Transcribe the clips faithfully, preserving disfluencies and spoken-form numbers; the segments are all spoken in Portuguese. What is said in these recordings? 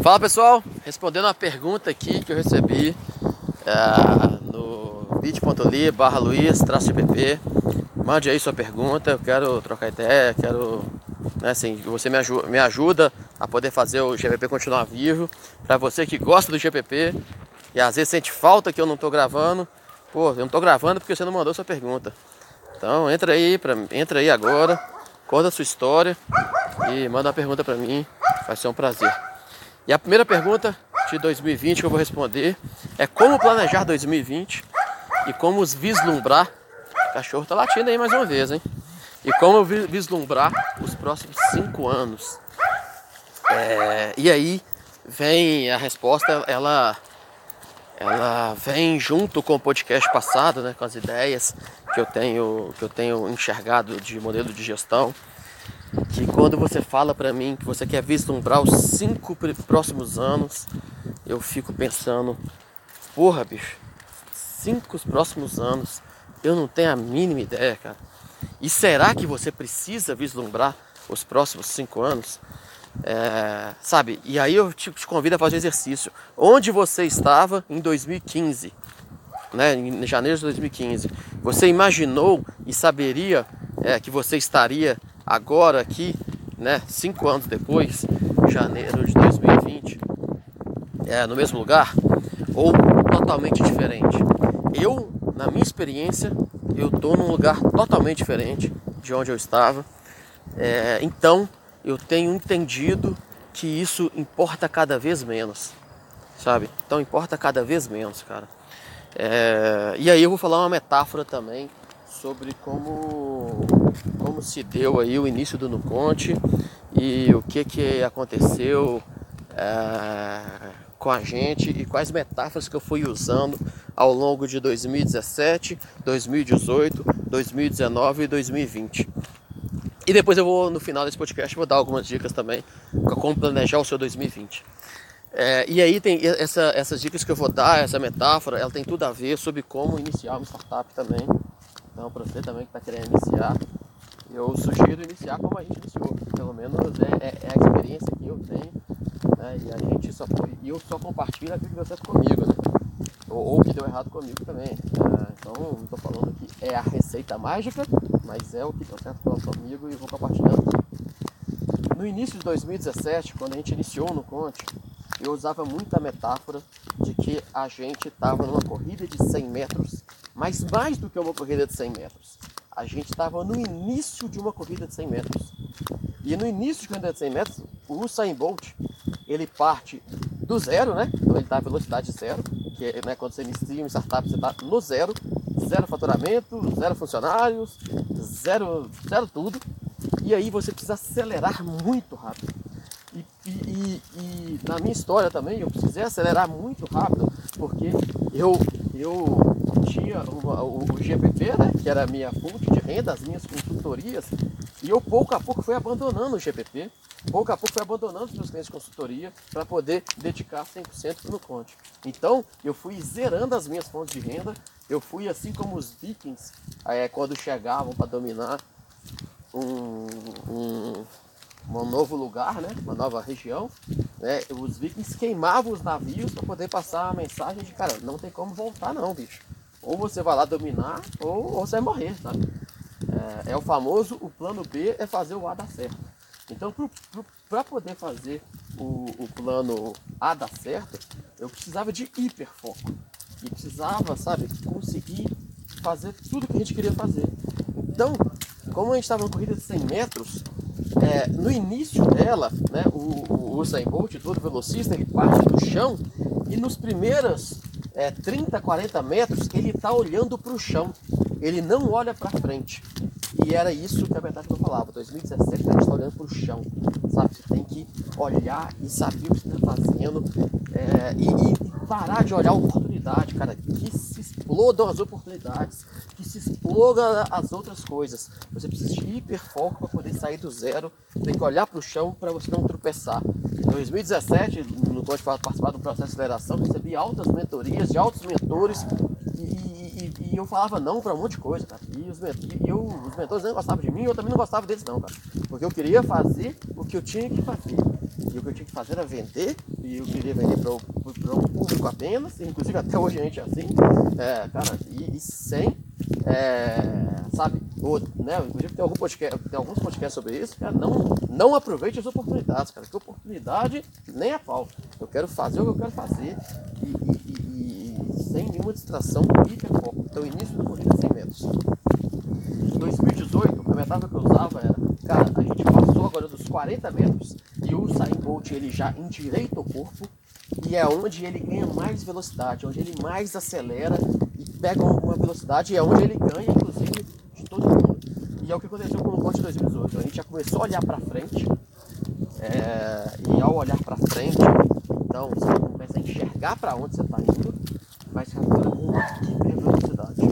Fala pessoal, respondendo uma pergunta aqui que eu recebi é, no bit.ly barra luiz traço G P P. Mande aí sua pergunta, eu quero trocar ideia, quero, né, assim, você me ajuda, me ajuda a poder fazer o G P P continuar vivo. Para você que gosta do G P P e às vezes sente falta que eu não tô gravando, pô, eu não tô gravando porque você não mandou sua pergunta. Então entra aí, pra, entra aí agora, conta a sua história e manda uma pergunta para mim, vai ser um prazer. E a primeira pergunta de dois mil e vinte que eu vou responder é como planejar dois mil e vinte e como vislumbrar. O cachorro tá latindo aí mais uma vez, hein? E como vislumbrar os próximos cinco anos. É, e aí vem a resposta, ela, ela vem junto com o podcast passado, né, com as ideias que eu tenho, que eu tenho enxergado de modelo de gestão. Que quando você fala pra mim que você quer vislumbrar os cinco próximos anos, eu fico pensando, porra, bicho, cinco próximos anos, eu não tenho a mínima ideia, cara. E será que você precisa vislumbrar os próximos cinco anos? É, sabe, e aí eu te, te convido a fazer um exercício. Onde você estava em dois mil e quinze, né, em janeiro de dois mil e quinze? Você imaginou e saberia é, que você estaria agora aqui, né, cinco anos depois, janeiro de dois mil e vinte, é, no mesmo lugar ou totalmente diferente? Eu, na minha experiência, eu estou num lugar totalmente diferente de onde eu estava. É, então, eu tenho entendido que isso importa cada vez menos, sabe? Então, importa cada vez menos, cara. É, e aí eu vou falar uma metáfora também sobre como, como se deu aí o início do NuConte e o que, que aconteceu é, com a gente e quais metáforas que eu fui usando ao longo de dois mil e dezessete, dois mil e dezoito, dois mil e dezenove e dois mil e vinte. E depois eu vou, no final desse podcast, vou dar algumas dicas também para como planejar o seu dois mil e vinte. É, e aí tem essa, essas dicas que eu vou dar, essa metáfora, ela tem tudo a ver sobre como iniciar uma startup também. Então, para você também que está querendo iniciar, eu sugiro iniciar como a gente iniciou. Pelo menos é, é, é a experiência que eu tenho, né? E a gente só e eu só compartilho aquilo que deu certo comigo, né? Ou, ou que deu errado comigo também. É, então, não estou falando que é a receita mágica, mas é o que deu certo comigo e vou compartilhando aqui. No início de dois mil e dezessete, quando a gente iniciou o NuConte, eu usava muita metáfora de que a gente estava numa corrida de cem metros, mas mais do que uma corrida de cem metros. A gente estava no início de uma corrida de cem metros. E no início de uma corrida de cem metros, o Usain Bolt, ele parte do zero, né? Então ele está à velocidade zero, que é, né, quando você inicia uma startup, você está no zero, zero faturamento, zero funcionários, zero, zero tudo. E aí você precisa acelerar muito rápido. E, e, e na minha história também eu precisei acelerar muito rápido, porque eu, eu tinha uma, o, o G P P, né, que era a minha fonte de renda, as minhas consultorias, e eu pouco a pouco fui abandonando o G P P, pouco a pouco fui abandonando os meus clientes de consultoria para poder dedicar cem por cento no NuConte. Então eu fui zerando as minhas fontes de renda, eu fui assim como os vikings, é, quando chegavam para dominar um... um um novo lugar, né? Uma nova região, né? Os vikings queimavam os navios para poder passar a mensagem de, cara, não tem como voltar não, bicho. Ou você vai lá dominar, ou, ou você vai morrer, sabe? É, é o famoso, o plano B é fazer o A dar certo. Então, para poder fazer o, o plano A dar certo, eu precisava de hiperfoco. E precisava, sabe, conseguir fazer tudo que a gente queria fazer. Então, como a gente estava numa corrida de cem metros, É, no início dela, né, o, o Usain Bolt, todo velocista, ele parte do chão e nos primeiros é, trinta, quarenta metros ele está olhando para o chão, ele não olha para frente. E era isso que a metáfora falava. dois mil e dezessete a gente está olhando para o chão, sabe? Você tem que olhar e saber o que você está fazendo, é, e, e parar de olhar a oportunidade, cara, que se explodam as oportunidades, que se exploda as outras coisas. Você precisa de hiperfoco para poder sair do zero, tem que olhar para o chão para você não tropeçar. Em dois mil e dezessete, no qual eu participar do processo de aceleração, recebi altas mentorias de altos mentores e, e, e eu falava não para um monte de coisa, cara. E os, e eu, os mentores não gostavam de mim, eu também não gostava deles não, cara. Porque eu queria fazer o que eu tinha que fazer. E o que eu tinha que fazer era vender, e eu queria vender para um público apenas, inclusive até hoje a gente é assim, é, cara, e, e sem, é, sabe, ou, né, inclusive tem, algum podcast, tem alguns podcasts sobre isso, cara, não, não aproveite as oportunidades, cara, que oportunidade nem a pau, eu quero fazer o que eu quero fazer, e, e, e, e sem nenhuma distração, hiperfoco. Então, início da corrida cem metros. Em dois mil e dezoito, a metáfora que eu usava era, cara, a gente passou agora dos quarenta metros e o Usain Bolt ele já endireita o corpo e é onde ele ganha mais velocidade, onde ele mais acelera e pega uma velocidade e é onde ele ganha, inclusive, de todo mundo. E é o que aconteceu com o Bolt de dois mil e dezoito. A gente já começou a olhar para frente é, e ao olhar para frente, então você começa a enxergar para onde você está indo, mas agora com hiper velocidade.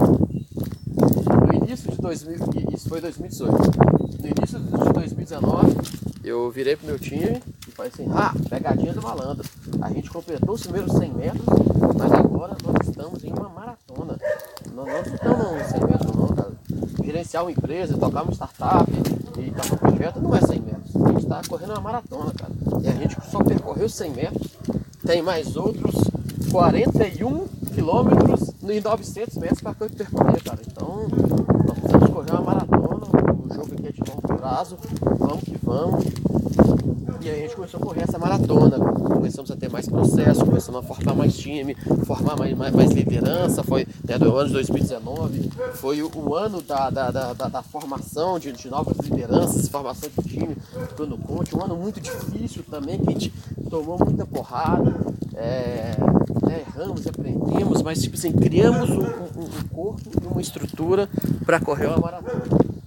No início de dois mil, isso foi dois mil e dezoito. No início de dois mil e dezenove, eu virei pro meu time e falei assim, ah, pegadinha do malandro. A gente completou os primeiros cem metros, mas agora nós estamos em uma maratona. Nós não estamos cem metros não, cara. Gerenciar uma empresa, tocar uma startup e tocar um projeto não é cem metros. A gente está correndo uma maratona, cara. E a gente só percorreu cem metros, tem mais outros quarenta e um quilômetros e novecentos metros para percorrer, cara. Então, nós precisamos correr uma maratona, o jogo aqui é de longo prazo, vamos que vamos. E aí a gente começou a correr essa maratona, começamos a ter mais processo, começamos a formar mais time, formar mais, mais, mais liderança, foi né, do ano de dois mil e dezenove, foi o, o ano da, da, da, da, da formação de, de novas lideranças, formação de time do No Conte, um ano muito difícil também, que a gente tomou muita porrada, é, né, erramos, aprendemos, mas tipo assim, criamos um, um, um corpo e uma estrutura para correr uma maratona.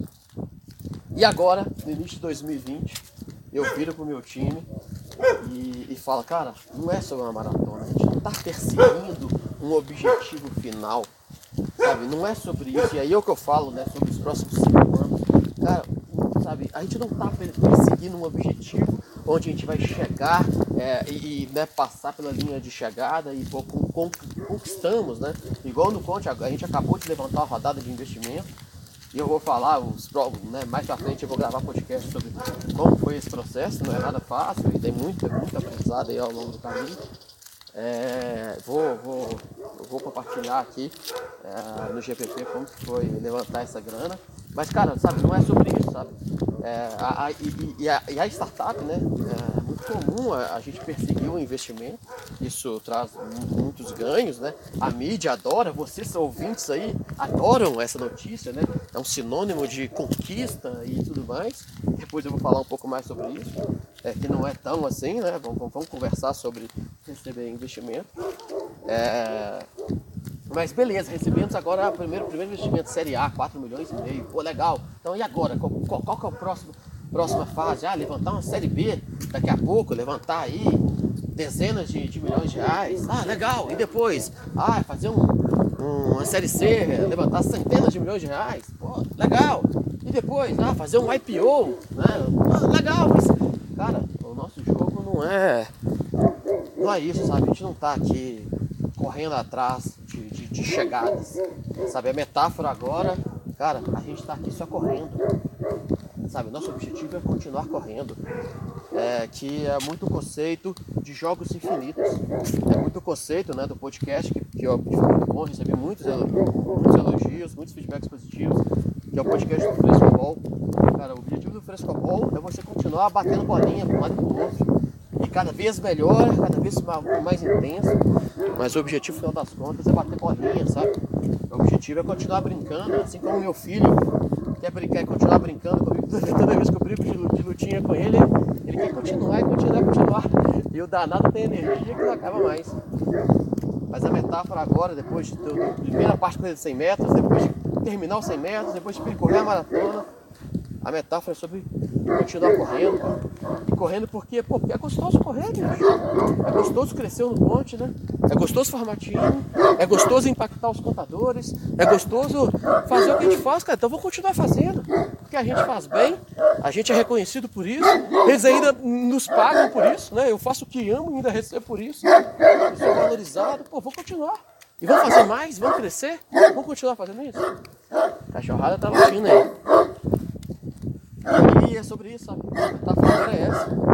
E agora, no início de dois mil e vinte, eu viro pro meu time e, e falo, cara, não é só uma maratona, a gente não tá perseguindo um objetivo final, sabe? Não é sobre isso, e aí é o que eu falo, né, sobre os próximos cinco anos. Cara, sabe, a gente não tá perseguindo um objetivo onde a gente vai chegar é, e, e né, passar pela linha de chegada e pô, con, conquistamos, né? Igual no Conte, a gente acabou de levantar uma rodada de investimento. E eu vou falar, os, né, mais pra frente eu vou gravar podcast sobre como foi esse processo, não é nada fácil, e tem muito, muito aprendizado aí ao longo do caminho. É, vou, vou, vou compartilhar aqui é, no G P P como que foi levantar essa grana. Mas, cara, sabe, não é sobre isso, sabe? É, a, a, e, e, a, e a startup, né? É muito comum a, a gente perseguir o investimento. Isso traz muitos ganhos, né? A mídia adora, vocês ouvintes aí adoram essa notícia, né? É um sinônimo de conquista e tudo mais. Depois eu vou falar um pouco mais sobre isso. É, que não é tão assim, né? Vamos, vamos conversar sobre receber investimento. É... Mas beleza, recebemos agora o primeiro, primeiro investimento Série A, quatro milhões e meio. Pô, legal. Então e agora? Qual, qual, qual que é a próxima, próxima fase? Ah, levantar uma Série B daqui a pouco, levantar aí dezenas de, de milhões de reais. Ah, legal. E depois? Ah, fazer um, um, uma Série C, levantar centenas de milhões de reais. Pô, legal. E depois? Ah, fazer um I P O. Né? Ah, legal. Mas, cara, o nosso jogo não é, não é isso, sabe? A gente não tá aqui correndo atrás de, de, de chegadas, sabe? A metáfora agora, cara, a gente tá aqui só correndo, sabe? Nosso objetivo é continuar correndo, é, que é muito o conceito de jogos infinitos, é muito o conceito, né, do podcast, que, que, eu, que foi muito bom, recebi muitos, muitos elogios, muitos feedbacks positivos, que é o podcast do Frescobol. Cara, o objetivo do Frescobol é você continuar batendo bolinha para um lado e para o outro, e cada vez melhor, cada vez mais intenso, mas o objetivo, no final das contas, é bater bolinha, sabe? O objetivo é continuar brincando, assim como meu filho quer, quer continuar brincando comigo. Toda vez que eu brinco de, de lutinha com ele, ele quer continuar e continuar e continuar. E o danado tem energia que não acaba mais. Mas a metáfora agora, depois de da primeira parte de cem metros, depois de terminar os cem metros, depois de percorrer a maratona, a metáfora é sobre continuar correndo, cara. E correndo porque, pô, porque é gostoso correr, bicho. É gostoso crescer no monte, né? É gostoso formar time, é gostoso impactar os contadores, é gostoso fazer o que a gente faz, cara. Então vou continuar fazendo, porque a gente faz bem, a gente é reconhecido por isso, eles ainda nos pagam por isso, né? Eu faço o que amo e ainda recebo por isso. Eu sou valorizado, pô, vou continuar. E vamos fazer mais, vamos crescer, vamos continuar fazendo isso. A cachorrada tá latindo aí. E é sobre isso, sabe? A metáfora agora é essa.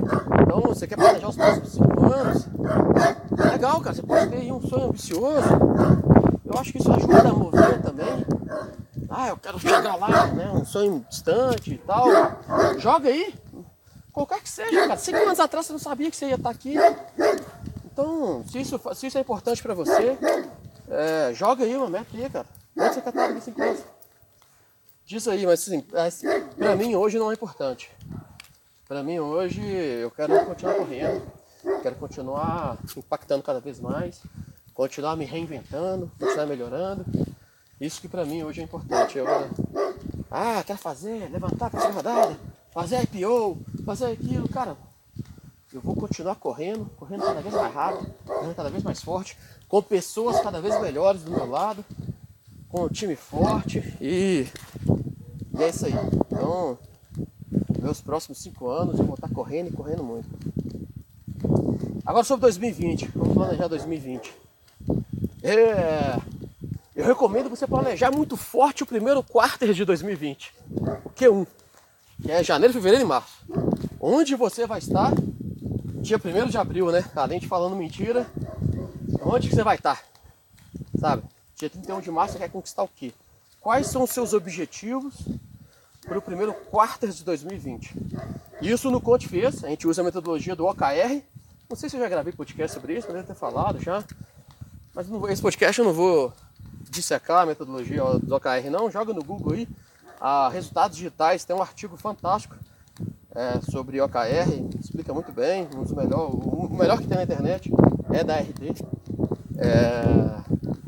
Então, você quer planejar os próximos cinco anos? Legal, cara, você pode ter aí um sonho ambicioso. Eu acho que isso ajuda a mover também. Ah, eu quero chegar lá, né? Um sonho distante e tal. Joga aí. Qualquer que seja, cara. Cinco anos atrás você não sabia que você ia estar aqui. Então, se isso, se isso é importante pra você, é, joga aí uma meta aí, cara. Onde você quer estar daqui cinco anos? Diz aí, mas assim, pra mim hoje não é importante. Pra mim hoje eu quero continuar correndo, quero continuar impactando cada vez mais, continuar me reinventando, continuar melhorando. Isso que pra mim hoje é importante. Eu, ah, quero fazer, levantar, fazer rodada, fazer I P O, fazer aquilo, cara. Eu vou continuar correndo, correndo cada vez mais rápido, correndo cada vez mais forte, com pessoas cada vez melhores do meu lado, com um time forte e, e é isso aí. Então, meus próximos cinco anos eu vou estar correndo e correndo muito. Agora sobre dois mil e vinte, vamos planejar dois mil e vinte. É, eu recomendo você planejar muito forte o primeiro quarter de dois mil e vinte, o Q um, que é janeiro, fevereiro e março, onde você vai estar dia primeiro de abril, né? Além de falando mentira, onde que você vai estar? Sabe? Dia trinta e um de março você quer conquistar o quê? Quais são os seus objetivos para o primeiro quarter de dois mil e vinte? Isso no Conte fez, a gente usa a metodologia do O K R. Não sei se eu já gravei podcast sobre isso, poderia ter falado já. Mas não vou, esse podcast eu não vou dissecar a metodologia do O K R não. Joga no Google aí, a Resultados Digitais, tem um artigo fantástico é, sobre O K R, explica muito bem, um dos melhor, o melhor que tem na internet é da R D. É...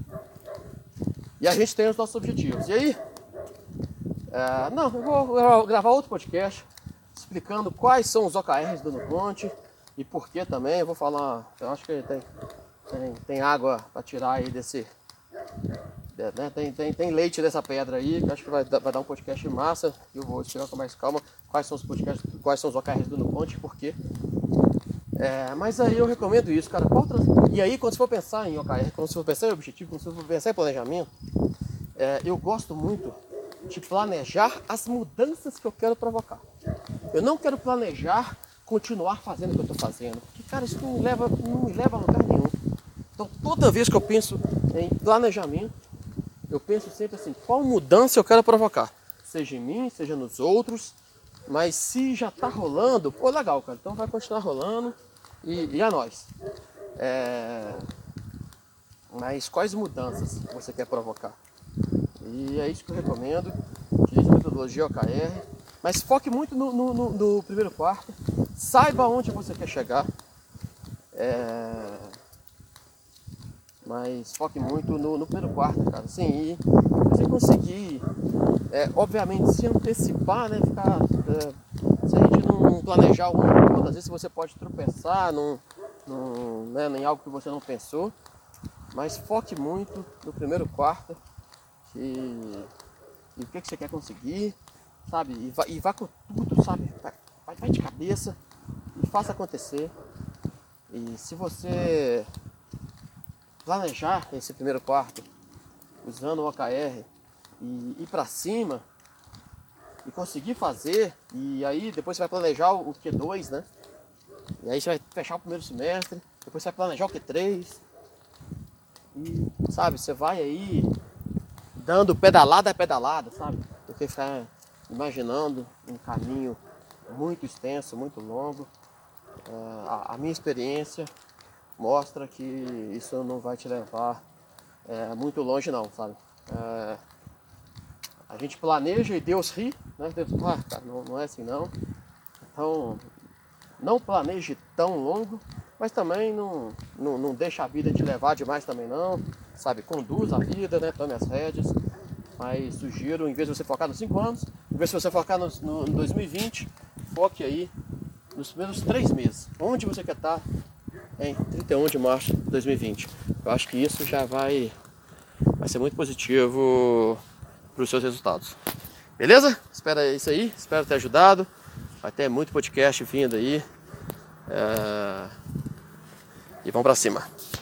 E a gente tem os nossos objetivos. E aí, é... não, eu vou gravar outro podcast explicando quais são os O K Rs do Nuconte e por que também. Eu vou falar, eu acho que tem, tem, tem água para tirar aí desse, né? tem, tem, tem leite dessa pedra aí, que eu acho que vai, vai dar um podcast massa. Eu vou explicar com mais calma quais são os podcasts, quais são os O K Rs do Nuconte e por quê. É, mas aí eu recomendo isso, cara. E aí, quando você for pensar em O K R, quando você for pensar em objetivo, quando você for pensar em planejamento, é, eu gosto muito de planejar as mudanças que eu quero provocar. Eu não quero planejar continuar fazendo o que eu estou fazendo, porque, cara, isso não me leva, não me leva a lugar nenhum. Então, toda vez que eu penso em planejamento, eu penso sempre assim, qual mudança eu quero provocar? Seja em mim, seja nos outros, mas se já está rolando, pô, legal, cara, então vai continuar rolando. E, e a nós. É... Mas quais mudanças você quer provocar? E é isso que eu recomendo. Utilize a metodologia O K R. Mas foque muito no, no, no, no primeiro quarto. Saiba onde você quer chegar. É... Mas foque muito no, no primeiro quarto, cara. Assim, e você conseguir, é, obviamente, se antecipar, né? Ficar... É... Se a gente não planejar o ano todo, às vezes você pode tropeçar num, num, né, em algo que você não pensou, mas foque muito no primeiro quarto e, e o que, que você quer conseguir, sabe? E vá, e vá com tudo, sabe? Vai, vai de cabeça e faça acontecer. E se você planejar esse primeiro quarto usando o O K R e ir pra cima, e conseguir fazer, e aí depois você vai planejar o Q dois, né? E aí você vai fechar o primeiro semestre, depois você vai planejar o Q três. E, sabe, você vai aí dando pedalada a pedalada, sabe? Porque ficar imaginando um caminho muito extenso, muito longo. É, a, a minha experiência mostra que isso não vai te levar é, muito longe não, sabe? É, a gente planeja e Deus ri, né? Deus, ah, cara, não, não é assim não. Então, não planeje tão longo, mas também não, não, não deixa a vida te levar demais também não. Sabe, conduz a vida, né? Tome as rédeas. Mas sugiro, em vez de você focar nos cinco anos, em vez de você focar no, no, no dois mil e vinte, foque aí nos primeiros três meses. Onde você quer estar em trinta e um de março de dois mil e vinte. Eu acho que isso já vai, vai ser muito positivo para os seus resultados. Beleza? Espero isso aí, espero ter ajudado. Vai ter muito podcast vindo aí. É... E vamos pra cima.